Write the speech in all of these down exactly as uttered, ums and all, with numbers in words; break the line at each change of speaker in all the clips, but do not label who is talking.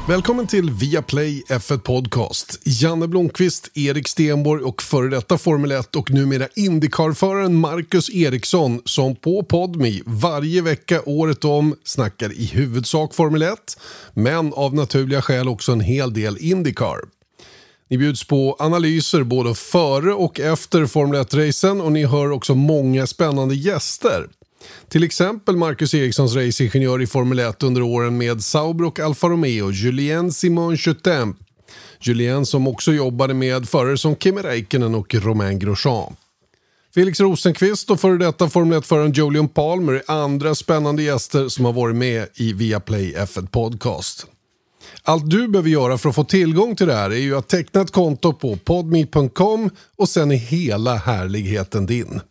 Välkommen till Viaplay F ett Podcast. Janne Blomqvist, Erik Stenborg och före detta Formel ett och numera IndyCar-föraren Marcus Eriksson som på Podme varje vecka året om snackar i huvudsak Formel ett, men av naturliga skäl också en hel del IndyCar. Ni bjuds på analyser både före och efter Formel ett-racen och ni hör också många spännande gäster. Till exempel Marcus Erikssons racingingenjör i Formel ett under åren med Sauber och Alfa Romeo, Julien Simon Chutin. Julien som också jobbade med förare som Kimi Räikkönen och Romain Grosjean. Felix Rosenqvist och före detta Formel ett-föraren Jolyon Palmer är andra spännande gäster som har varit med i Viaplay F ett Podcast. Allt du behöver göra för att få tillgång till det här är ju att teckna ett konto på podme punkt com och sen är hela härligheten din.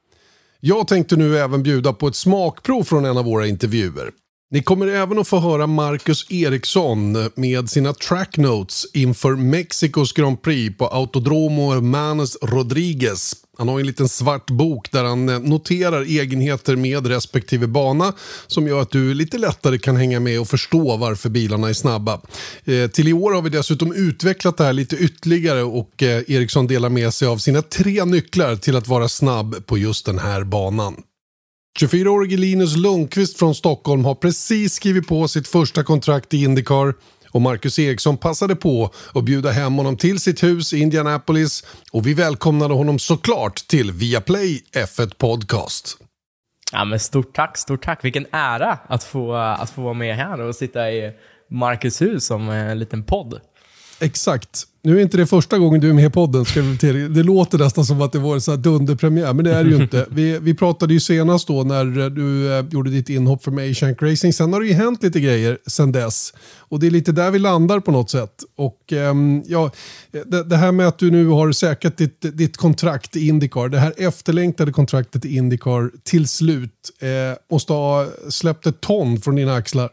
Jag tänkte nu även bjuda på ett smakprov från en av våra intervjuer. Ni kommer även att få höra Marcus Eriksson med sina track notes inför Mexikos Grand Prix på Autodromo Hermanos Rodriguez. Han har en liten svart bok där han noterar egenheter med respektive bana som gör att du lite lättare kan hänga med och förstå varför bilarna är snabba. Eh, till i år har vi dessutom utvecklat det här lite ytterligare och eh, Eriksson delar med sig av sina tre nycklar till att vara snabb på just den här banan. tjugofyraårige Linus Lundqvist från Stockholm har precis skrivit på sitt första kontrakt i IndyCar och Marcus Eriksson passade på att bjuda hem honom till sitt hus i Indianapolis och vi välkomnade honom såklart till Viaplay F ett Podcast.
Ja, men stort tack, stort tack. Vilken ära att få, att få vara med här och sitta i Marcus hus som en liten podd.
Exakt. Nu är inte det första gången du är med i podden. Ska vi till. Det låter nästan som att det var en sån här dunderpremiär, men det är det ju inte. Vi, vi pratade ju senast då när du eh, gjorde ditt inhopp för May Shank Racing. Sen har det ju hänt lite grejer sen dess. Och det är lite där vi landar på något sätt. Och ehm, ja, det, det här med att du nu har säkrat ditt, ditt kontrakt i IndyCar. Det här efterlängtade kontraktet i IndyCar till slut eh, måste ha släppt ett ton från dina axlar.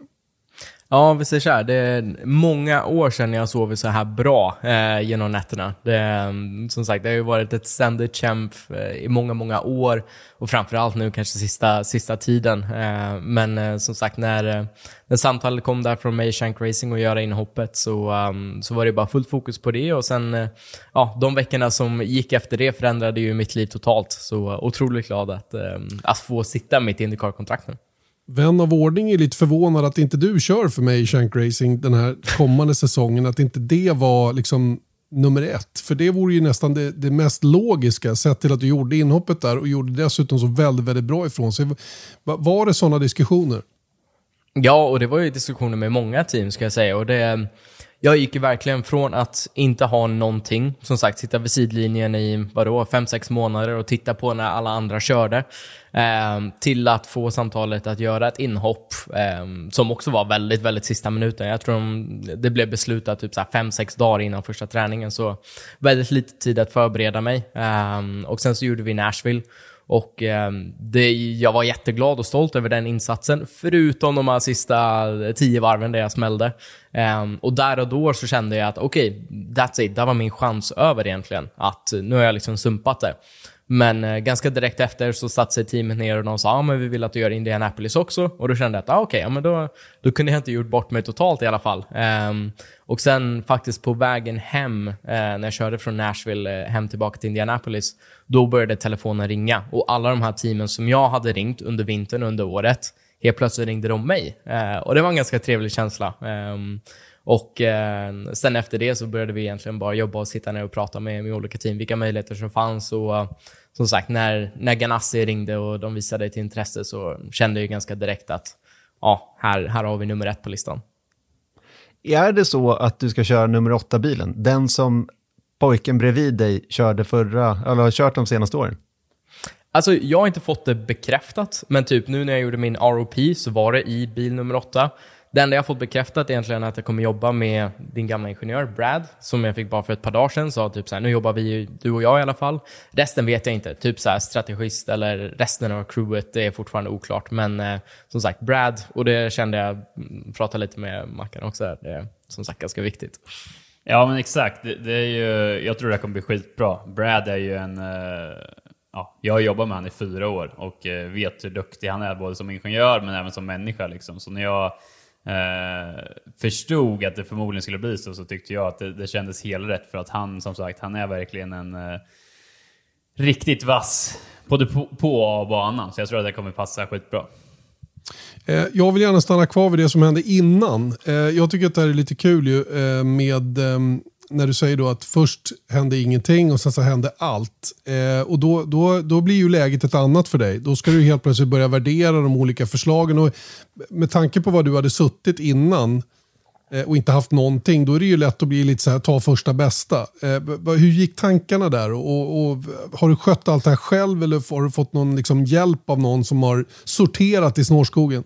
Ja, vi säger så här. Det är många år sedan jag sov så här bra eh, genom nätterna. Det, som sagt, det har ju varit ett ständigt kämp eh, i många, många år. Och framförallt nu kanske sista, sista tiden. Eh, men eh, som sagt, när, när samtalet kom där från May Shank Racing och göra inhoppet så, um, så var det bara fullt fokus på det. Och sen, eh, ja, de veckorna som gick efter det förändrade ju mitt liv totalt. Så otroligt glad att, eh, att få sitta mitt IndyCar-kontrakt nu.
Vän av ordning är lite förvånad att inte du kör för mig i Shank Racing den här kommande säsongen. Att inte det var liksom nummer ett. För det vore ju nästan det, det mest logiska sett till att du gjorde inhoppet där och gjorde dessutom så väldigt, väldigt bra ifrån sig. Var det sådana diskussioner?
Ja, och det var ju diskussioner med många team ska jag säga. Och det, jag gick ju verkligen från att inte ha någonting, som sagt, sitta vid sidlinjen i vadå, fem sex månader och titta på när alla andra körde, eh, till att få samtalet att göra ett inhopp eh, som också var väldigt, väldigt sista minuten. Jag tror de, det blev beslutat typ så här fem sex dagar innan första träningen, så väldigt lite tid att förbereda mig. Eh, och sen så gjorde vi Nashville. Och eh, det, jag var jätteglad och stolt över den insatsen, förutom de här sista tio varven där jag smällde. Eh, och där och då så kände jag att okej, okay, that's it, det var min chans över egentligen. Att nu har jag liksom sumpat det. Men eh, ganska direkt efter så satt sig teamet ner och de sa ah, men vi vill att du gör Indianapolis också. Och då kände jag att ah, okej, okay, ja, men då, då kunde jag inte gjort bort mig totalt i alla fall. Eh, och sen faktiskt på vägen hem, eh, när jag körde från Nashville eh, hem tillbaka till Indianapolis, då började telefonen ringa. Och alla de här teamen som jag hade ringt under vintern under året, helt plötsligt ringde de mig. Eh, och det var en ganska trevlig känsla. Eh, Och eh, sen efter det så började vi egentligen bara jobba och sitta ner och prata med, med olika team, vilka möjligheter som fanns. Och uh, som sagt, när, när Ganassi ringde och de visade ett intresse så kände jag ganska direkt att ja, här, här har vi nummer ett på listan.
Är det så att du ska köra nummer åtta bilen? Den som pojken bredvid dig körde förra, eller har kört de senaste åren?
Alltså jag har inte fått det bekräftat, men typ nu när jag gjorde min R O P så var det i bil nummer åtta. Det enda jag har fått bekräftat egentligen är att jag kommer jobba med din gamla ingenjör Brad, som jag fick bara för ett par dagar sedan. Så typ så här, nu jobbar vi, du och jag i alla fall. Resten vet jag inte, typ så här strategist eller resten av crewet, det är fortfarande oklart. Men eh, som sagt, Brad, och det kände jag, prata lite med Mackan också, det är som sagt ganska viktigt.
Ja men exakt, det, det är ju, jag tror det kommer bli skitbra. Brad är ju en... Eh... Ja, jag har jobbat med han i fyra år och vet hur duktig han är både som ingenjör men även som människa liksom. Så när jag eh, förstod att det förmodligen skulle bli så, så tyckte jag att det, det kändes helt rätt, för att han, som sagt, han är verkligen en eh, riktigt vass både på, på och av banan, så jag tror att det kommer passa skitbra.
Eh, jag vill gärna stanna kvar vid det som hände innan. Eh, jag tycker att det här är lite kul ju, eh, med eh, när du säger då att först hände ingenting och sen så hände allt. Eh, och då, då, då blir ju läget ett annat för dig. Då ska du helt plötsligt börja värdera de olika förslagen. Och med tanke på vad du hade suttit innan eh, och inte haft någonting, då är det ju lätt att bli lite så här, ta första bästa. Eh, hur gick tankarna där? Och, och, och har du skött allt det här själv, eller har du fått någon liksom, hjälp av någon som har sorterat i snårskogen?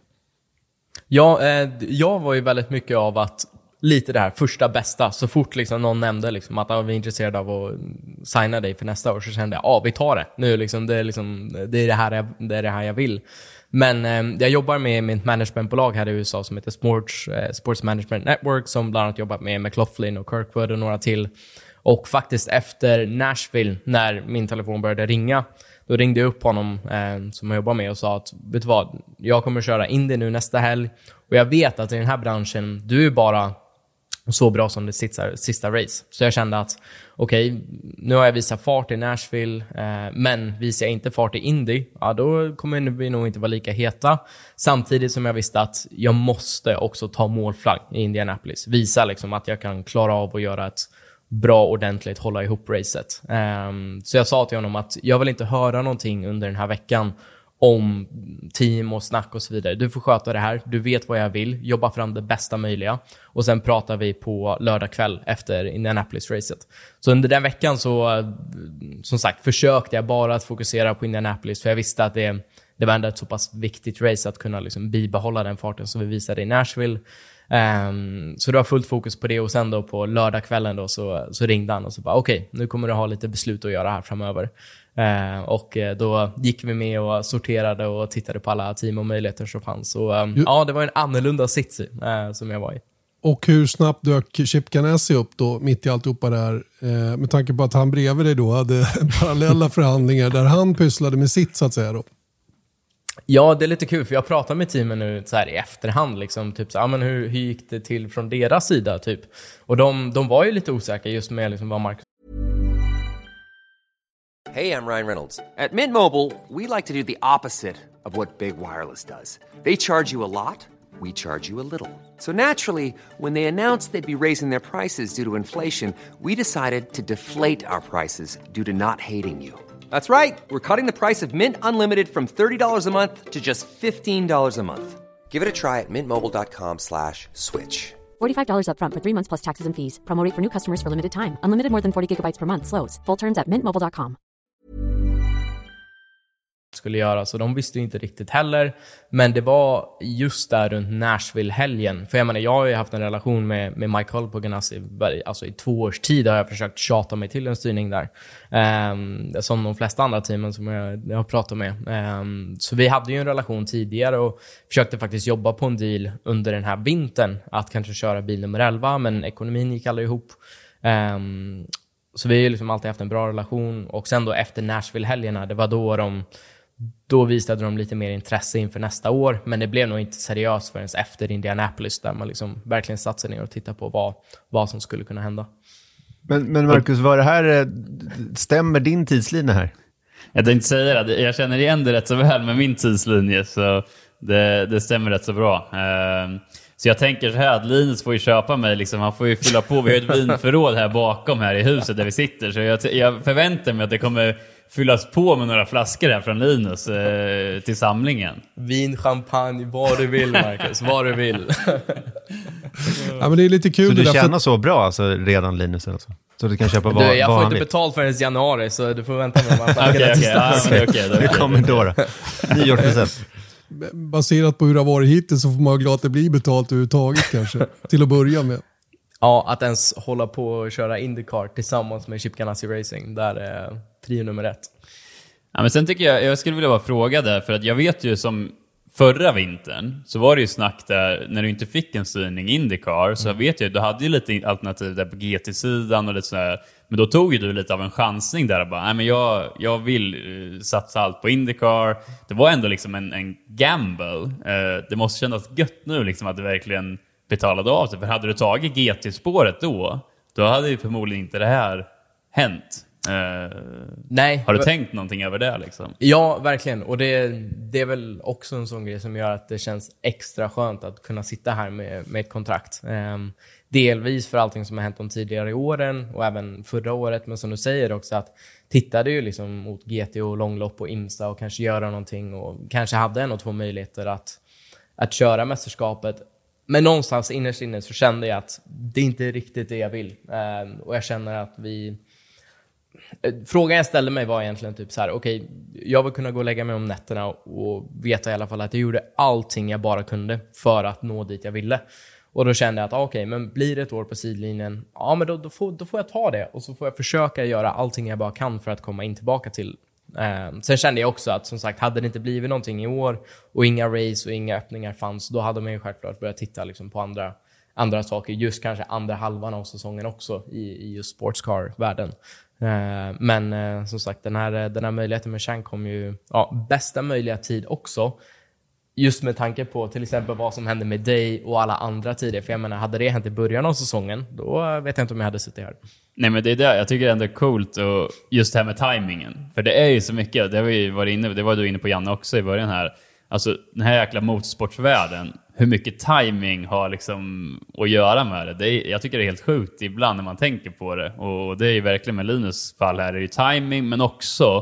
Ja, eh, jag var ju väldigt mycket av att lite det här första bästa. Så fort liksom någon nämnde liksom att ah, vi är intresserade av att signa dig för nästa år, så kände jag, ja ah, vi tar det. Nu liksom, det, är liksom, det, är det, här jag, det är det här jag vill. Men eh, jag jobbar med, med ett managementbolag här i U S A som heter Sports, eh, Sports Management Network, som bland annat jobbar med McLaughlin och Kirkwood och några till. Och faktiskt efter Nashville, när min telefon började ringa, då ringde jag upp honom eh, som jag jobbar med och sa att, vet du vad, jag kommer köra Indy nu nästa helg. Och jag vet att i den här branschen, du är bara så bra som det sista, sista race. Så jag kände att, okej, okay, nu har jag visat fart i Nashville, eh, men visar jag inte fart i Indy, ja, då kommer vi nog inte vara lika heta. Samtidigt som jag visste att jag måste också ta målflagg i Indianapolis. Visa liksom att jag kan klara av att göra ett bra, ordentligt, hålla ihop racet. Um, så jag sa till honom att jag vill inte höra någonting under den här veckan om team och snack och så vidare. Du får sköta det här. Du vet vad jag vill. Jobba fram det bästa möjliga. Och sen pratar vi på lördag kväll efter Indianapolis-racet. Så under den veckan så, som sagt, försökte jag bara att fokusera på Indianapolis. För jag visste att det, det var ändå ett så pass viktigt race att kunna liksom bibehålla den farten som vi visade i Nashville. Um, så det var fullt fokus på det. Och sen då på lördagskvällen då så, så ringde han och så bara okej, okay, nu kommer du ha lite beslut att göra här framöver. Uh, och då gick vi med och sorterade och tittade på alla team och möjligheter som fanns. Så um, ja, det var en annorlunda sits uh, som jag var i.
Och hur snabbt dök Chip Ganassi upp då mitt i alltihopa där, uh, med tanke på att han bredvid dig då hade parallella förhandlingar där han pysslade med sitt så att säga då?
Ja, det är lite kul för jag pratar med teamen nu så här i efterhand liksom, typ så, ah, men hur, hur gick det till från deras sida typ? Och de, de var ju lite osäkra just med liksom vad Marcus.
Hey, I'm Ryan Reynolds. At Mint Mobile, we like to do the opposite of what Big Wireless does. They charge you a lot, we charge you a little. So naturally, when they announced they'd be raising their prices due to inflation, we decided to deflate our prices due to not hating you. That's right. We're cutting the price of Mint Unlimited from thirty dollars a month to just fifteen dollars a month. Give it a try at mintmobile.com slash switch.
forty-five dollars up front for three months plus taxes and fees. Promo rate for new customers for limited time. Unlimited more than forty gigabytes per month. Slows full terms at mint mobile dot com.
Skulle göra, så de visste ju inte riktigt heller. Men det var just där runt Nashville-helgen. För jag menar, jag har ju haft en relation med, med Michael på Ganassi. Alltså i två års tid har jag försökt tjata mig till en styrning där. Um, som de flesta andra teamen som jag, jag har pratat med. Um, så vi hade ju en relation tidigare och försökte faktiskt jobba på en deal under den här vintern. Att kanske köra bil nummer elva, men ekonomin gick aldrig ihop. Um, så vi har ju liksom alltid haft en bra relation. Och sen då efter Nashville-helgerna, det var då de... Då visade de lite mer intresse inför nästa år. Men det blev nog inte seriöst förrän efter Indianapolis, där man liksom verkligen satt sig ner och tittade på vad, vad som skulle kunna hända.
Men, men Marcus, vad det här, stämmer din tidslinje här?
Jag tänkte säga det. Jag känner igen det rätt så väl med min tidslinje. Så det, det stämmer rätt så bra. Så jag tänker så här att Linus får ju köpa mig. Liksom, han får ju fylla på. Vi har ett vinförråd här bakom här i huset där vi sitter. Så jag, jag förväntar mig att det kommer fyllas på med några flaskor här från Linus eh, till samlingen.
Vin, champagne, vad du vill, Marcus, vad du vill.
Ja, men det är lite kul.
Så du
det
känner
för...
så bra alltså, redan, Linus? Alltså. Så du kan köpa vad,
du, jag
vad
får
han
inte
vill.
betalt förrän i januari, så du får vänta med att
Okej, okej, okej.
Det kommer då då. Nyårspresent.
Baserat på hur det har varit hittills så får man vara glad att det blir betalt överhuvudtaget kanske. Till att börja med.
Ja, att ens hålla på och köra IndyCar tillsammans med Chip Ganassi Racing, där är trio nummer ett.
Ja, men sen tycker jag, jag skulle vilja bara fråga där, för att jag vet ju som förra vintern så var det ju snack där när du inte fick en styrning IndyCar, så mm. vet jag, du hade ju lite alternativ där på G T-sidan och lite sådär Men då tog ju du lite av en chansning där och bara, nej men jag, jag vill uh, satsa allt på IndyCar. Det var ändå liksom en, en gamble. Uh, det måste kännas gött nu liksom att du verkligen betalade av sig. För hade du tagit G T-spåret då, då hade ju förmodligen inte det här hänt. Uh,
Nej.
Har du tänkt någonting över det liksom?
Ja, verkligen. Och det, det är väl också en sån grej som gör att det känns extra skönt att kunna sitta här med, med ett kontrakt. Um, delvis för allting som har hänt de tidigare åren och även förra året. Men som du säger också att tittade ju liksom mot G T och långlopp och IMSA och kanske göra någonting och kanske hade en och två möjligheter att, att köra mästerskapet. Men någonstans innerst inne så kände jag att det inte är riktigt det jag vill. Um, och jag känner att vi... Frågan jag ställde mig var egentligen typ så här: okej, okay, jag vill kunna gå och lägga mig om nätterna och, och veta i alla fall att jag gjorde allting jag bara kunde för att nå dit jag ville. Och då kände jag att okej, okay, men blir det ett år på sidlinjen, ja men då, då, får, då får jag ta det och så får jag försöka göra allting jag bara kan för att komma in tillbaka till. Eh, sen kände jag också att som sagt, hade det inte blivit någonting i år och inga race och inga öppningar fanns, då hade man ju självklart börjat titta liksom på andra, andra saker, just kanske andra halvan av säsongen också i, i just sportscar-världen. Uh, men uh, som sagt, den här, den här möjligheten med Chang kom ju ja, bästa möjliga tid också. Just med tanke på till exempel vad som hände med dig och alla andra tider. För jag menar, hade det hänt i början av säsongen, då vet jag inte om jag hade suttit här. Nej,
men det är det jag tycker ändå är coolt, och just det här med timingen. För det är ju så mycket, det var ju varit inne, det var du inne på Janne också i början här. Alltså den här jäkla motorsportsvärlden, hur mycket timing har liksom att göra med det. det är, jag tycker det är helt sjukt ibland när man tänker på det. Och det är ju verkligen med Linus fall här, det är ju timing, men också,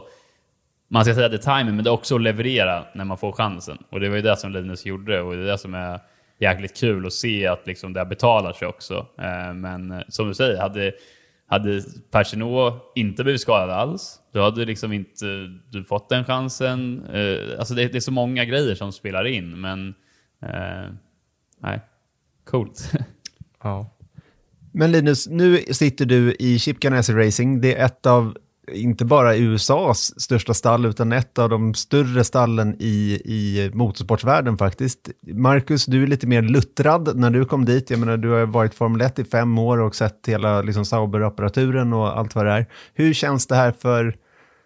man ska säga det är timing, men det är också att leverera när man får chansen. Och det var ju det som Linus gjorde, och det är det som är jäkligt kul att se att liksom det betalar sig också. Men som du säger, hade Hade Pagenaud inte blivit skadad alls, då hade liksom inte du fått den chansen. Eh, alltså det, det är så många grejer som spelar in, men eh, nej, coolt.
Ja.
Men Linus, nu sitter du i Chip Ganassi Racing. Det är ett av, inte bara U S A's största stall, utan ett av de större stallen i, i motorsportsvärlden faktiskt. Marcus, du är lite mer luttrad när du kom dit. Jag menar, du har varit Formel ett i fem år och sett hela liksom, Sauber-apparaturen och allt vad det är. Hur känns det här för,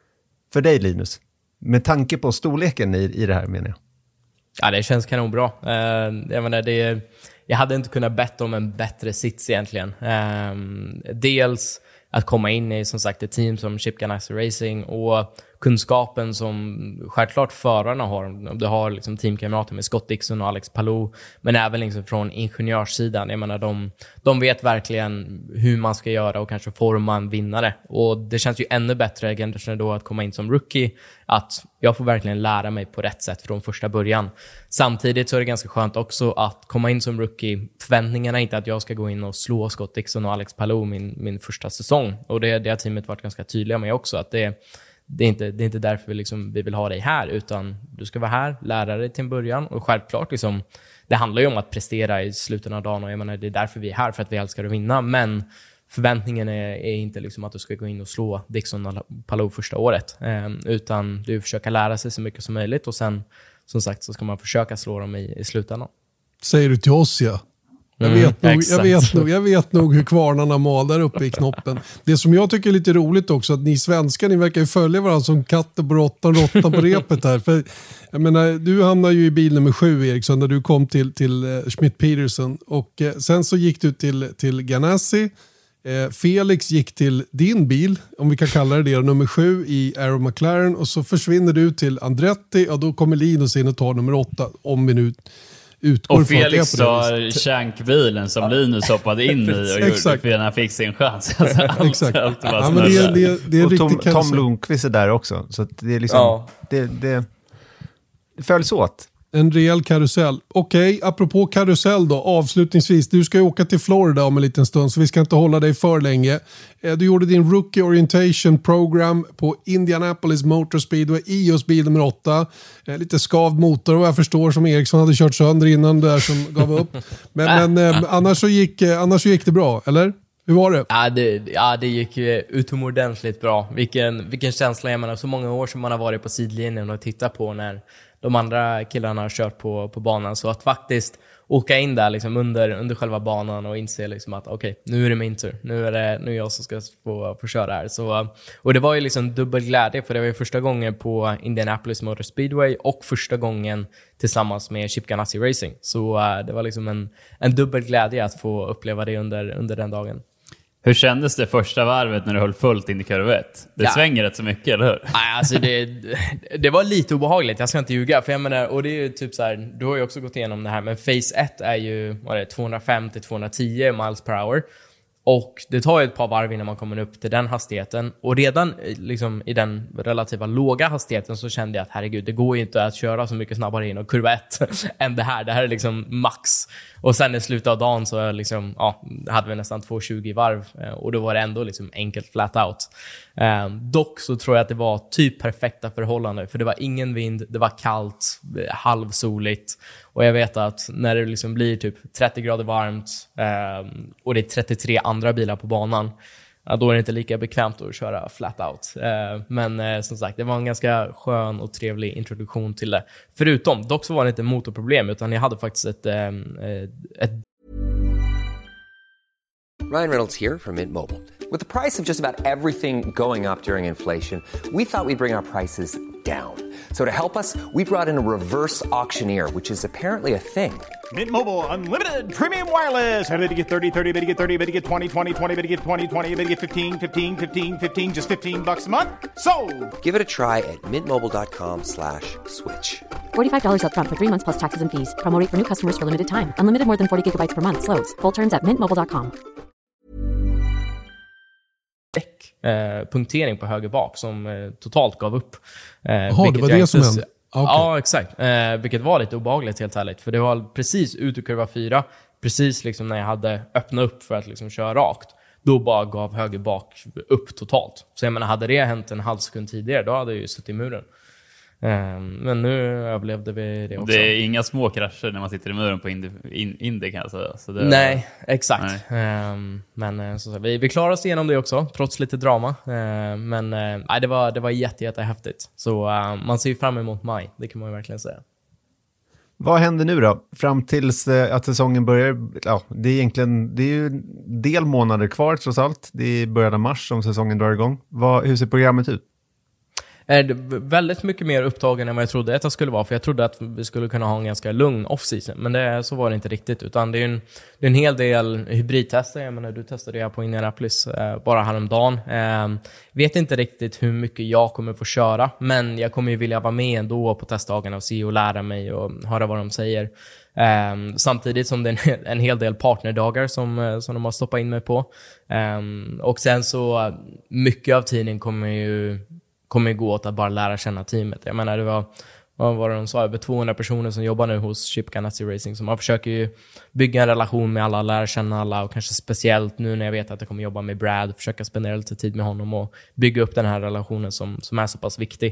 för dig, Linus? Med tanke på storleken i, i det här, menar jag.
Ja, det känns kanon bra. Uh, jag menar, det, jag hade inte kunnat betta om en bättre sits egentligen. Uh, dels att komma in i som sagt ett team som Chip Ganassi Racing och kunskapen som självklart förarna har. Du har liksom teamkamrater med Scott Dixon och Alex Palou, men även liksom från ingenjörssidan. Jag menar, de, de vet verkligen hur man ska göra och kanske forma en vinnare. Och det känns ju ännu bättre kanske då att komma in som rookie, att jag får verkligen lära mig på rätt sätt från första början. Samtidigt så är det ganska skönt också att komma in som rookie. Förväntningarna är inte att jag ska gå in och slå Scott Dixon och Alex Palou min, min första säsong. Och det, det har teamet varit ganska tydliga med också, att det Det är, inte, det är inte därför vi, liksom, vi vill ha dig här, utan du ska vara här, lära dig till en början. Och självklart, liksom, det handlar ju om att prestera i slutet av dagen. Och jag menar, det är därför vi är här, för att vi älskar att vinna. Men förväntningen är, är inte liksom att du ska gå in och slå Dixon och Palou första året. Eh, utan du försöker lära sig så mycket som möjligt. Och sen, som sagt, så ska man försöka slå dem i, i slutändan.
Säger du till oss, ja. Jag vet, mm, nog, jag, vet nog, jag vet nog hur kvarnarna mal där uppe i knoppen. Det som jag tycker är lite roligt också, att ni svenskar, ni verkar ju följa varandra som katten på råttan, råttan på repet här. För, jag menar, du hamnade ju i bil nummer sju, Eriksson, när du kom till, till uh, Schmidt-Peterson. Och uh, sen så gick du till, till Ganassi. Uh, Felix gick till din bil, om vi kan kalla det det, nummer sju i Arrow McLaren. Och så försvinner du till Andretti, och då kommer Linus in och tar nummer åtta, om vi nu... Utgår
och Felix tar Shank-bilen som Linus hoppade in i och gjorde för när han fick sin chans. Alltså, allt,
exakt.
Allt
ja, men det är, det är, det är
och Tom,
riktigt
Tom Lundqvist är där också. Så att det är liksom... Ja. Det, det, det följs åt.
En rejäl karusell. Okej, okay, apropå karusell då, avslutningsvis. Du ska ju åka till Florida om en liten stund, så vi ska inte hålla dig för länge. Du gjorde din Rookie Orientation Program på Indianapolis Motor Speedway i just bil nummer åtta. Lite skavd motor, och jag förstår, som Eriksson hade kört sönder innan där som gav upp. Men, men eh, annars, så gick, annars så gick det bra, eller? Hur var det?
Ja, det, ja, det gick ju utomordentligt bra. Vilken, vilken känsla, jag menar, så många år som man har varit på sidlinjen och tittat på när de andra killarna har kört på, på banan. Så att faktiskt åka in där liksom under, under själva banan och inse liksom att okej, okay, nu är det min tur. Nu är det nu är jag som ska få, få köra här. Så, och det var ju liksom dubbel glädje, för det var ju första gången på Indianapolis Motor Speedway och första gången tillsammans med Chip Ganassi Racing. Så uh, det var liksom en, en dubbel glädje att få uppleva det under, under den dagen.
Hur kändes det första varvet när du höll fullt in i kurva ett? Det ja. svänger rätt så mycket, eller hur?
Nej, alltså det, det var lite obehagligt, jag ska inte ljuga. För jag menar, och det är ju typ så här, du har ju också gått igenom det här, men Phase ett är ju vad är det, tvåhundrafem till tvåhundratio miles per hour. Och det tar ju ett par varv innan man kommer upp till den hastigheten. Och redan liksom, i den relativa låga hastigheten så kände jag att herregud, det går ju inte att köra så mycket snabbare in och kurva ett än det här. Det här är liksom max. Och sen i slutet av dagen så liksom, ja, hade vi nästan tvåhundratjugo varv. Och då var det ändå liksom enkelt flat out. Um, dock så tror jag att det var typ perfekta förhållanden. För det var ingen vind, det var kallt, halvsoligt. Och jag vet att när det liksom blir typ trettio grader varmt um, och det är trettiotre andra bilar på banan, ja, då är det inte lika bekvämt att köra flat out. Uh, men uh, som sagt, det var en ganska skön och trevlig introduktion till det. Förutom, dock så var det inte motorproblem, utan jag hade faktiskt ett... Um, ett
Ryan Reynolds here from Mint Mobile. With the price of just about everything going up during inflation, we thought we'd bring our prices down. So to help us, we brought in a reverse auctioneer, which is apparently a thing.
Mint Mobile Unlimited Premium Wireless. How to get thirty, thirty, how to get thirty, how to get twenty, twenty, twenty, how to get twenty, twenty, how to get fifteen, fifteen, fifteen, fifteen, just fifteen bucks a month? Sold!
Give it a try at mintmobile.com slash switch.
forty-five dollars up front for three months plus taxes and fees. Promo rate for new customers for limited time. Unlimited more than forty gigabytes per month. Slows full terms at mint mobile dot com.
Eh, punktering på höger bak som eh, totalt gav upp. Eh,
Jaha, det var det som hände?
Okay. Ja, exakt. Eh, vilket var lite obehagligt helt ärligt. För det var precis ut ur kurva fyra, precis liksom när jag hade öppnat upp för att liksom köra rakt. Då bara gav höger bak upp totalt. Så jag menar, hade det hänt en halv sekund tidigare, då hade jag ju suttit i muren. Um, men nu överlevde vi det också.
Det är inga små krascher när man sitter i muren på Indy, in, Indy kan jag säga. Så det,
nej, exakt.
Nej.
Um, men så, så, vi, vi klarade oss igenom det också, trots lite drama. Uh, men uh, nej, det var, det var jätte, jätte häftigt. Så uh, man ser ju fram emot maj, det kan man ju verkligen säga.
Vad händer nu då? Fram tills uh, att säsongen börjar, ja, det är egentligen, det är ju en del månader kvar trots allt. Det är början av mars som säsongen drar igång. Vad, hur ser programmet ut?
Är väldigt mycket mer upptagen än vad jag trodde att det skulle vara. För jag trodde att vi skulle kunna ha en ganska lugn off-season. Men det, så var det inte riktigt. Utan det är en, det är en hel del hybridtester. Jag menar, du testade det på Indianapolis eh, bara häromdagen. Eh, vet inte riktigt hur mycket jag kommer få köra. Men jag kommer ju vilja vara med ändå på testdagarna och se och lära mig och höra vad de säger. Eh, samtidigt som det är en, en hel del partnerdagar som, som de har stoppat in mig på. Eh, och sen så mycket av tiden kommer ju kommer gå åt att bara lära känna teamet. Jag menar, det var, vad var det de sa, över tvåhundra personer som jobbar nu hos Chip Ganassi Racing. Så man försöker ju bygga en relation med alla, lära känna alla, och kanske speciellt nu när jag vet att jag kommer jobba med Brad, försöka spendera lite tid med honom och bygga upp den här relationen som, som är så pass viktig.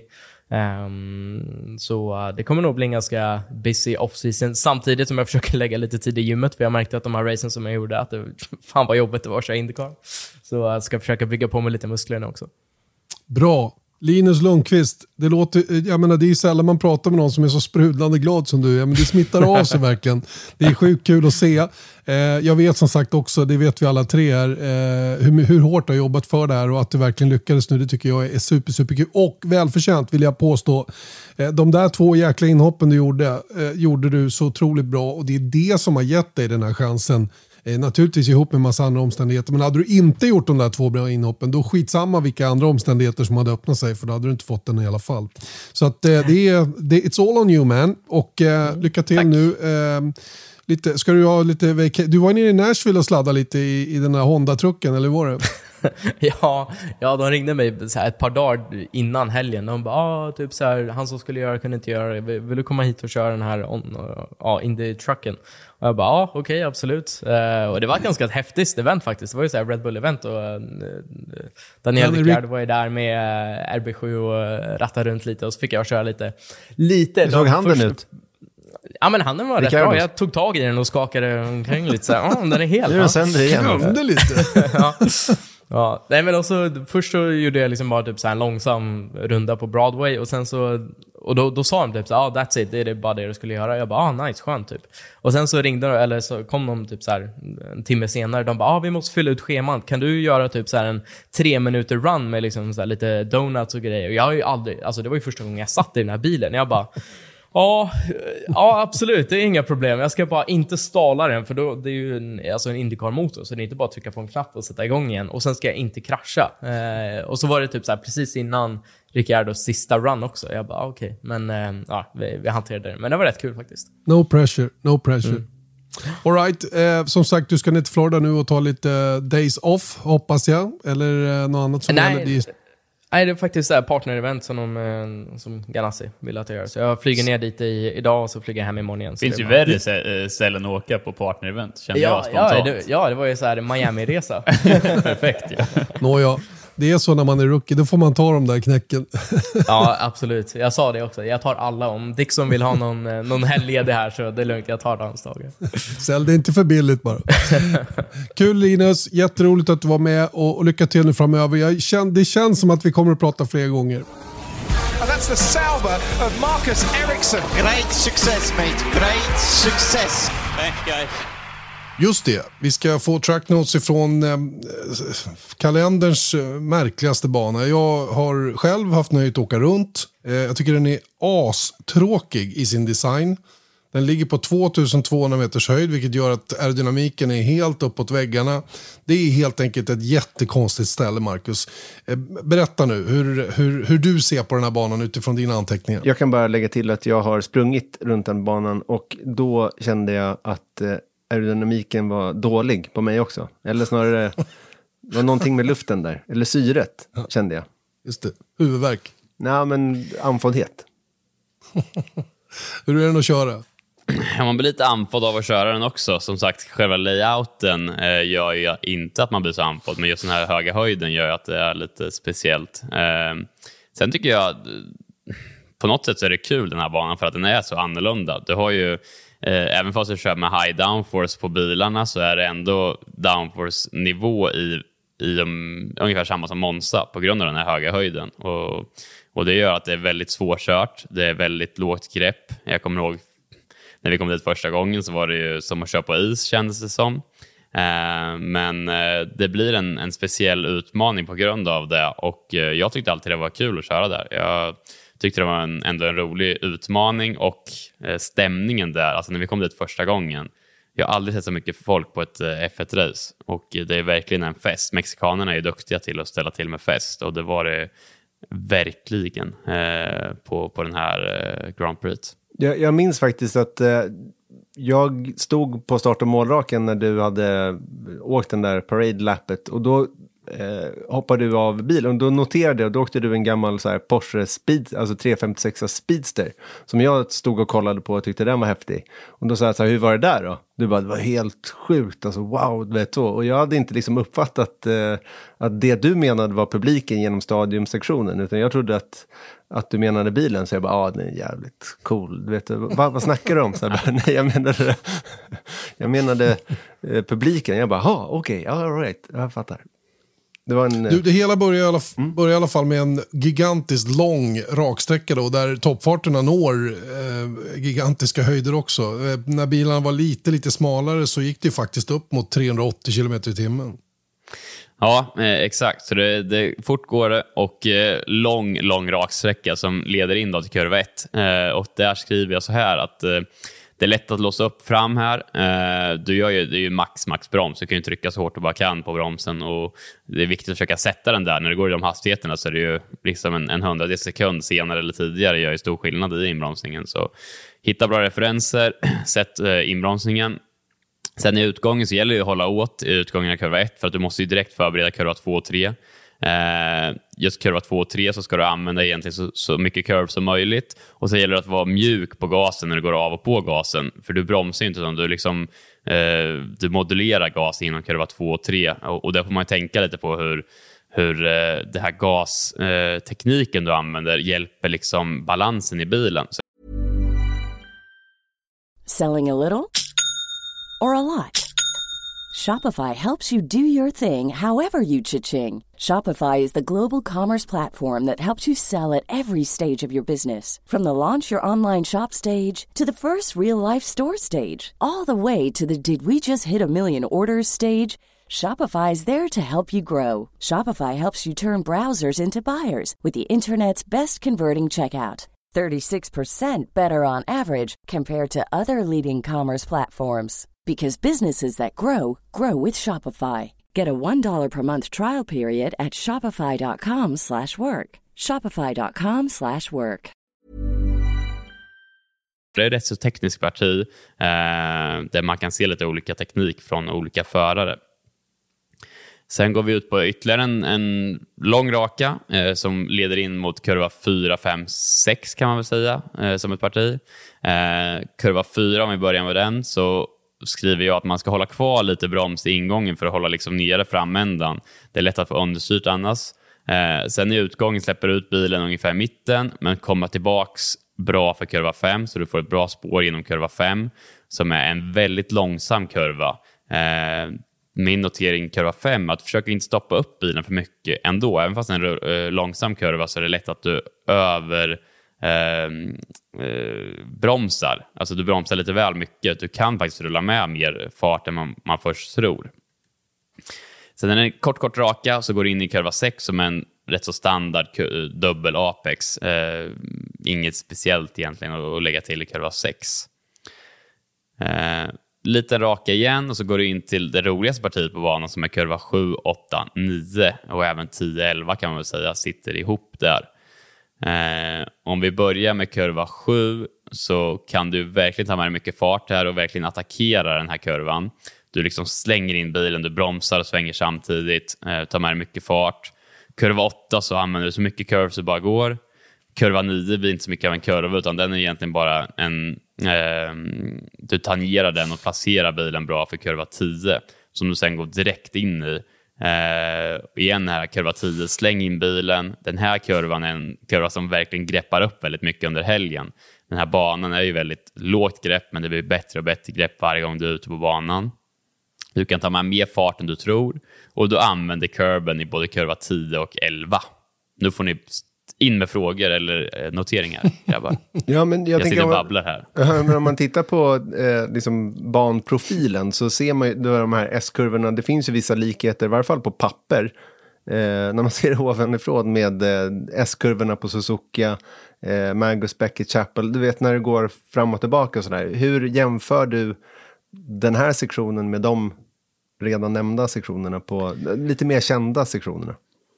Um, så uh, det kommer nog bli en ganska busy off-season, samtidigt som jag försöker lägga lite tid i gymmet, för jag märkte att de här racen som jag gjorde, att det fan vad jobbigt det var att köra IndyCar. Så jag uh, ska försöka bygga på med lite muskler nu också.
Bra. Linus Lundqvist, det låter, jag menar, det är ju sällan man pratar med någon som är så sprudlande glad som du är, men det smittar av sig verkligen. Det är sjukt kul att se. Eh, jag vet som sagt också, det vet vi alla tre här, eh, hur, hur hårt du har jobbat för det här och att du verkligen lyckades nu, det tycker jag är super, super kul. Och välförtjänt vill jag påstå. Eh, de där två jäkla inhoppen du gjorde, eh, gjorde du så otroligt bra, och det är det som har gett dig den här chansen. Eh, naturligtvis ihop med en massa andra omständigheter, men hade du inte gjort de där två bra inhoppen, då skitsamma vilka andra omständigheter som hade öppnat sig, för då hade du inte fått den i alla fall. Så att eh, det är, det, it's all on you, man, och eh, lycka till. Tack. Nu. Eh, lite, ska du ha lite, du var nere i Nashville och sladda lite i, i den här Honda-trucken, eller var det?
ja, ja, de ringde mig så här ett par dagar innan helgen. De bara, ah, typ så här, han som skulle göra kunde inte göra det. Vill, vill du komma hit och köra den här on, uh, Indy-trucken? Och jag bara, ja, ah, okej, okay, absolut. Uh, och det var ett ganska häftigt event faktiskt. Det var ju så här Red Bull-event, och uh, Daniel Ricciardo var ju där med uh, R B sju och uh, rattade runt lite, och så fick jag köra lite. lite
Hur såg handen först ut?
Ja, men handen var rätt bra. Jag tog tag i den och skakade omkring lite så här. Oh, den är helt.
Nu är den sönder igen.
Glömde lite.
ja. Ja, nej men också först så gjorde jag liksom bara typ så här en långsam runda på Broadway och sen så och då, då sa de typ så ah, that's it, det är det bara det du skulle göra. Jag bara, ah nice, skönt typ. Och sen så ringde de, eller så kom de typ så här en timme senare, de bara, ah vi måste fylla ut scheman. Kan du göra typ så här en tre minuter run med liksom så här lite donuts och grejer? Och jag har ju aldrig, alltså det var ju första gången jag satt i den här bilen. Jag bara Ja, ja, absolut. Det är inga problem. Jag ska bara inte stala den, för då, det är ju en, alltså en IndyCar-motor, så det är inte bara att trycka på en knapp och sätta igång igen. Och sen ska jag inte krascha. Eh, och så var det typ så här precis innan Ricciardos sista run också. Jag bara, okej. Okay. Men eh, ja, vi, vi hanterade det. Men det var rätt kul faktiskt.
No pressure, no pressure.
Mm.
All right, eh, som sagt, du ska ner till Florida nu och ta lite uh, days off, hoppas jag. Eller uh, något annat som
Nej.
gäller. Det är...
Nej, det är faktiskt ett partner-event som, de, som Ganassi vill att jag gör. Så jag flyger ner dit i, idag och så flyger jag hem imorgon igen.
Det finns ju
bara...
värre ställen att åka på partner-event, känner
ja,
jag spontant.
Ja det, ja, det var ju så här Miami-resa.
Perfekt, ja.
Nåja, det är så när man är rookie, då får man ta de där knäcken.
Ja, absolut. Jag sa det också. Jag tar alla. Om Dixon vill ha någon, någon helgledig här så det är lugnt. Jag tar hans dagar.
Sälj det inte för billigt bara. Kul Linus, jätteroligt att du var med och, och lycka till nu framöver. Jag känn, det känns som att vi kommer att prata fler gånger.
And that's the Sauber of Marcus Ericsson.
Great success, mate. Great success. Thanks, guys.
Just det, vi ska få track notes ifrån eh, kalenderns eh, märkligaste bana. Jag har själv haft nöjet att åka runt. Eh, jag tycker den är astråkig i sin design. Den ligger på tvåtusentvåhundra meters höjd, vilket gör att aerodynamiken är helt uppåt väggarna. Det är helt enkelt ett jättekonstigt ställe, Marcus. Eh, berätta nu hur, hur, hur du ser på den här banan utifrån dina anteckningar.
Jag kan bara lägga till att jag har sprungit runt den banan och då kände jag att eh, aerodynamiken var dålig på mig också. Eller snarare var någonting med luften där. Eller syret, ja. Kände jag.
Just det, huvudvärk.
Nej, men andfåddhet.
Hur är den att köra?
Man blir lite andfådd av att köra den också. Som sagt, själva layouten eh, gör ju inte att man blir så andfådd. Men just den här höga höjden gör att det är lite speciellt. Eh, sen tycker jag, på något sätt så är det kul den här banan för att den är så annorlunda. Du har ju Eh, även fast du kör med high downforce på bilarna så är det ändå downforce-nivå i, i um, ungefär samma som Monza på grund av den här höga höjden. Och, och det gör att det är väldigt svårkört. Det är väldigt lågt grepp. Jag kommer ihåg när vi kom dit första gången så var det ju som att köra på is, kändes det som. Eh, men eh, det blir en, en speciell utmaning på grund av det. Och eh, jag tyckte alltid det var kul att köra där. Jag tyckte det var en, ändå en rolig utmaning och eh, stämningen där, alltså när vi kom dit första gången, jag har aldrig sett så mycket folk på ett eh, F ett-race och det är verkligen en fest. Mexikanerna är duktiga till att ställa till med fest och det var det verkligen eh, på, på den här eh, Grand Prix. Jag,
jag minns faktiskt att eh, jag stod på start- och målraken när du hade åkt den där parade-lappet och då Eh, hoppade du av bilen och då noterade jag, då åkte du en gammal så här, Porsche Speed, alltså tre femtiosex Speedster som jag stod och kollade på och tyckte den var häftig. Och då sa jag så här, hur var det där då? Du bara, det var helt sjukt, alltså wow, vet du. Och jag hade inte liksom uppfattat eh, att det du menade var publiken genom stadiumsektionen, utan jag trodde att att du menade bilen, så jag bara, ja, ah, den är jävligt cool. Du vet, vad, vad snackar du om? Så jag bara, nej, jag menade jag menade eh, publiken. Jag bara, ja, okej, okay, all right, jag fattar. Det, var en,
du, det hela börjar i, alla, mm. börjar i alla fall med en gigantiskt lång raksträcka då, där toppfarterna når eh, gigantiska höjder också. Eh, när bilarna var lite, lite smalare så gick det faktiskt upp mot trehundraåttio kilometer i timmen.
Ja, eh, exakt. Så det, det fortgår det och eh, lång, lång raksträcka som leder in då till kurva ett. Eh, och där skriver jag så här att eh, det är lätt att låsa upp fram här. Eh, du gör ju, det är ju max, max broms. Du kan ju trycka så hårt du bara kan på bromsen. Och det är viktigt att försöka sätta den där. När det går i de hastigheterna så är det ju liksom en, en hundradels sekund senare eller tidigare gör ju stor skillnad i inbromsningen. Så hitta bra referenser, sätt eh, inbromsningen. Sen i utgången så gäller det att hålla åt i utgången av kurva ett för att du måste ju direkt förbereda kurva två och tre. Eh, just kurva två och tre så ska du använda egentligen så, så mycket curve som möjligt och så gäller det att vara mjuk på gasen när du går av och på gasen, för du bromsar inte utan du liksom eh, du modulerar gas inom kurva två och tre och, och där får man ju tänka lite på hur, hur eh, det här gastekniken eh, du använder hjälper liksom balansen i bilen. Så.
Selling a little or a lot? Shopify helps you do your thing however you cha-ching. Shopify is the global commerce platform that helps you sell at every stage of your business. From the launch your online shop stage to the first real-life store stage, all the way to the did we just hit a million orders stage. Shopify is there to help you grow. Shopify helps you turn browsers into buyers with the internet's best converting checkout. thirty-six percent better on average compared to other leading commerce platforms. Because businesses that grow, grow with Shopify. Get a one dollar per month trial period at shopify.com slash work. Shopify.com slash work.
Det är ett rätt så tekniskt parti eh, där man kan se lite olika teknik från olika förare. Sen går vi ut på ytterligare en, en lång raka eh, som leder in mot kurva fyra, fem, sex kan man väl säga eh, som ett parti. Eh, kurva fyra, om vi börjar med den, så skriver jag att man ska hålla kvar lite broms i ingången för att hålla liksom nere framändan. Det är lätt att få understyrt annars. Eh, sen i utgången släpper ut bilen ungefär i mitten, men kommer tillbaks bra för kurva fem, så du får ett bra spår genom kurva fem som är en väldigt långsam kurva. Eh, min notering kurva fem, att försöka inte stoppa upp bilen för mycket ändå. Även fast en uh, långsam kurva så är det lätt att du över uh, uh, bromsar. Alltså du bromsar lite väl mycket. Du kan faktiskt rulla med mer fart än man, man först tror. Sen är den kort kort raka, så går du in i kurva sex som en rätt så standard ku- dubbel apex. Uh, inget speciellt egentligen att, att lägga till i kurva sex. Uh, Liten raka igen, och så går du in till det roligaste partiet på banan som är kurva sju, åtta, nio och även tio, elva kan man väl säga sitter ihop där. Eh, om vi börjar med kurva sju så kan du verkligen ta med dig mycket fart här och verkligen attackera den här kurvan. Du liksom slänger in bilen, du bromsar och svänger samtidigt, eh, tar med dig mycket fart. Kurva åtta så använder du så mycket curves det bara går. Kurva nio blir inte så mycket av en kurva, utan den är egentligen bara en... Eh, du tangerar den och placerar bilen bra för kurva tio, som du sen går direkt in i. Eh, igen här, kurva tio, släng in bilen. Den här kurvan är en kurva som verkligen greppar upp väldigt mycket under helgen. Den här banan är ju väldigt lågt grepp, men det blir bättre och bättre grepp varje gång du är ute på banan. Du kan ta med mer fart än du tror, och du använder kurven i både kurva tio och elva. Nu får ni in med frågor eller noteringar, grabbar.
Ja, men jag,
jag
tänker
sitter och
om,
babblar här.
Men om man tittar på eh, liksom banprofilen så ser man ju de här S-kurvorna, det finns ju vissa likheter, i varje fall på papper. Eh, när man ser det ovanifrån med eh, S-kurvorna på Suzuka, eh, Magus, Beckett, Chapel. Du vet när det går fram och tillbaka och sådär. Hur jämför du den här sektionen med de redan nämnda sektionerna på lite mer kända sektionerna?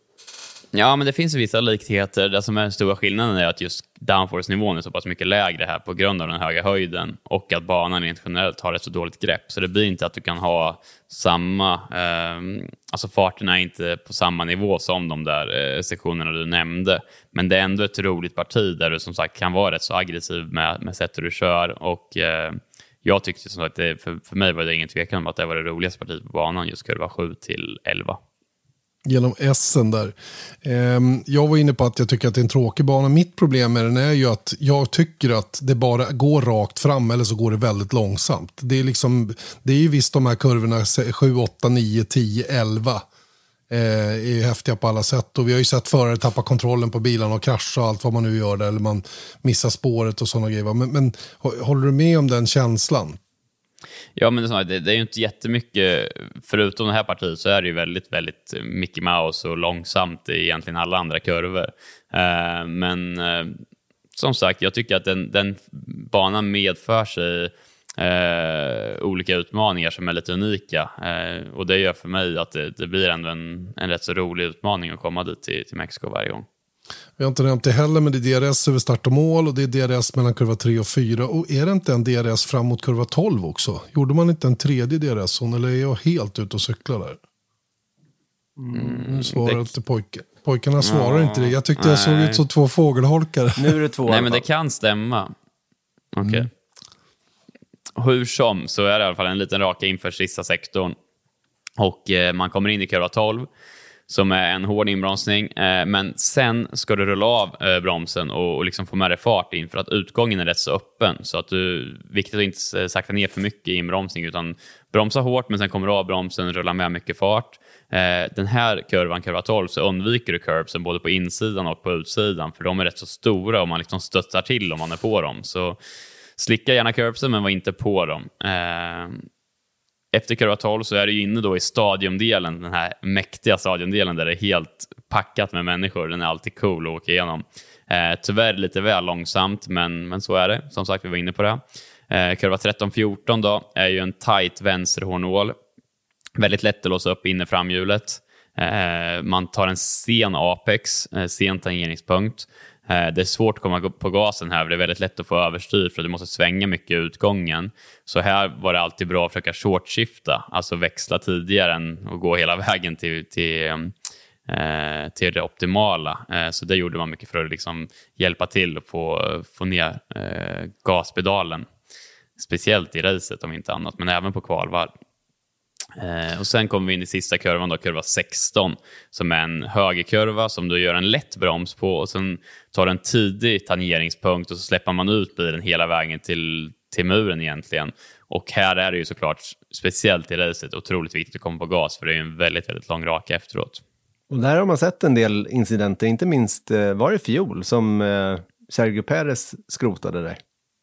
Ja, men det finns vissa likheter. Det som är den stora skillnaden är att just downforce-nivån är så pass mycket lägre här på grund av den höga höjden, och att banan rent generellt har ett så dåligt grepp. Så det blir inte att du kan ha samma... Eh, alltså farterna är inte på samma nivå som de där eh, sektionerna du nämnde. Men det är ändå ett roligt parti där du som sagt kan vara rätt så aggressiv med, med sättet du kör. Och eh, jag tyckte som sagt, det, för, för mig var det ingen tvekan om att det var det roligaste partiet på banan, just kurva sju till elva.
Genom S'en där. Eh, jag var inne på att jag tycker att det är en tråkig bana. Mitt problem med den är ju att jag tycker att det bara går rakt fram, eller så går det väldigt långsamt. Det är liksom, det är ju visst de här kurvorna sju, åtta, nio, tio, elva eh, är ju häftiga på alla sätt. Och vi har ju sett förare tappa kontrollen på bilarna och krascha och allt vad man nu gör där, eller man missar spåret och sådana grejer. Men, men håller du med om den känslan?
Ja, men det, det är ju inte jättemycket, förutom det här partiet så är det ju väldigt, väldigt Mickey Mouse och långsamt i egentligen alla andra kurvor. Uh, men uh, som sagt, jag tycker att den, den banan medför sig uh, olika utmaningar som är lite unika. Uh, och det gör för mig att det, det blir ändå en, en rätt så rolig utmaning att komma dit till, till Mexiko varje gång.
Vi har inte nämnt det heller, men det är D R S över start och mål, och det är D R S mellan kurva tre och fyra. Och är det inte en D R S fram mot kurva tolv också? Gjorde man inte en tredje D R S-zon, eller är jag helt ute och cyklar där? Mm, nu svarar det... inte pojken. Pojkarna svarar ja, inte det. Jag tyckte nej. jag såg ut som två fågelholkar.
Nu är det två.
Nej, men det kan stämma. Okej. Okay. Mm. Hur som så är det i alla fall en liten raka inför sista sektorn. Och eh, man kommer in i kurva tolv. som är en hård inbromsning. Eh, men sen ska du rulla av eh, bromsen och, och liksom få med dig fart in, för att utgången är rätt så öppen. Så att du, viktigt att inte sakta ner för mycket i inbromsning, utan bromsa hårt men sen kommer du av bromsen, rulla med mycket fart. Eh, den här kurvan, kurva tolv, så undviker du curbsen både på insidan och på utsidan, för de är rätt så stora och man liksom stöttar till om man är på dem. Så slicka gärna curbsen men var inte på dem. Eh, efter kurva tolv så är du inne då i stadiumdelen, den här mäktiga stadiumdelen där det är helt packat med människor. Den är alltid cool att åka igenom. Eh, tyvärr lite väl långsamt, men, men så är det. Som sagt, vi var inne på det. Eh, kurva tretton fjorton då är ju en tight vänsterhårnål. Väldigt lätt att låsa upp inne framhjulet. Eh, man tar en sen apex, eh, sen tangeringspunkt. Eh, det är svårt att komma på gasen här, för det är väldigt lätt att få överstyr för att du måste svänga mycket i utgången. Så här var det alltid bra att försöka shortskifta, alltså växla tidigare än att gå hela vägen till, till, eh, till det optimala. Eh, så det gjorde man mycket för att liksom hjälpa till att få, få ner eh, gaspedalen. Speciellt i racet om inte annat, men även på kvalvarv. Eh, och sen kommer vi in i sista kurvan då, kurva sexton, som är en högerkurva som du gör en lätt broms på, och sen tar en tidig tangeringspunkt och så släpper man ut bilen hela vägen till, till muren egentligen. Och här är det ju såklart, speciellt i racet, otroligt viktigt att komma på gas, för det är ju en väldigt, väldigt lång raka efteråt.
Och där har man sett en del incidenter, inte minst eh, var det fjol som eh, Sergio Perez skrotade det.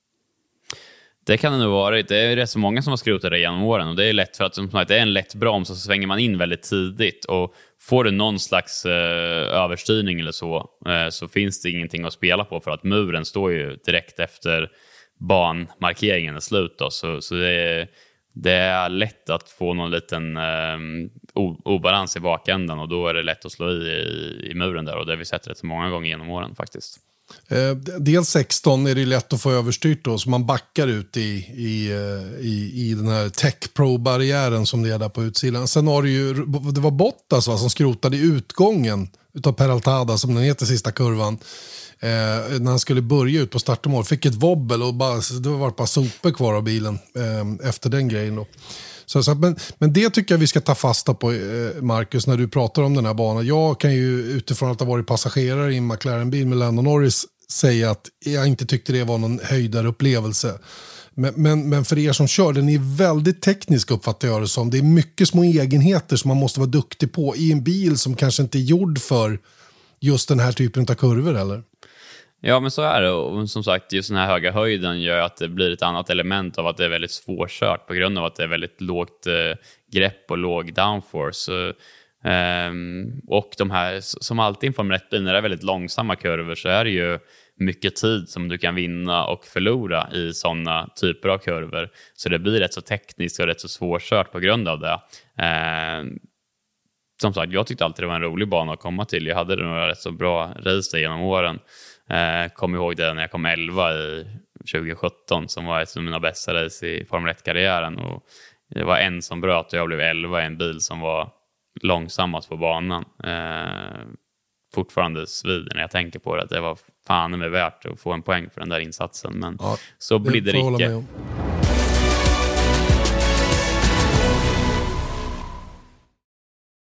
Det kan det nog vara. Det är rätt så många som har skrotat det genom åren, och det är lätt för att som sagt, det är en lätt broms och så svänger man in väldigt tidigt, och får du någon slags eh, överstyrning eller så eh, så finns det ingenting att spela på, för att muren står ju direkt efter banmarkeringen är slut då. Så, så det, är, det är lätt att få någon liten eh, obalans i bakändan, och då är det lätt att slå i, i, i muren där, och det har vi sett rätt så många gånger genom åren faktiskt.
Eh, del sexton är det lätt att få överstyrt då, så man backar ut i, i, i, i den här Tech Pro-barriären som det är där på utsidan. Sen har det ju, det var Bottas va, som skrotade i utgången utav Peraltada, som den heter, sista kurvan. Eh, när han skulle börja ut på startmål, fick ett wobbel och bara, det var bara sopor kvar av bilen eh, efter den grejen då. Så, så, men, men det tycker jag vi ska ta fasta på, eh, Marcus, när du pratar om den här banan. Jag kan ju utifrån att ha varit passagerare i en McLaren-bil med Lando Norris säga att jag inte tyckte det var någon höjdarupplevelse. Men, men, men för er som kör, den är väldigt teknisk, uppfattar jag det som. Det är mycket små egenheter som man måste vara duktig på i en bil som kanske inte är gjord för just den här typen av kurvor, eller?
Ja, men så är det. Och som sagt, just den här höga höjden gör att det blir ett annat element av att det är väldigt svårkört på grund av att det är väldigt lågt eh, grepp och låg downforce. Eh, och de här, som alltid i en Formel ett-bil, när det är väldigt långsamma kurvor, så är det ju mycket tid som du kan vinna och förlora i sådana typer av kurvor. Så det blir rätt så tekniskt och rätt så svårkört på grund av det. Eh, som sagt, jag tyckte alltid det var en rolig bana att komma till. Jag hade några rätt så bra race genom åren. Eh, kom ihåg det när jag kom elva i tjugo sjutton, som var ett av mina bästa race i Formel ett-karriären, och det var en som bröt och jag blev elva i en bil som var långsammast på banan. Eh, fortfarande svider när jag tänker på det, att det var fan med värt att få en poäng för den där insatsen, men ja, så blir det icke.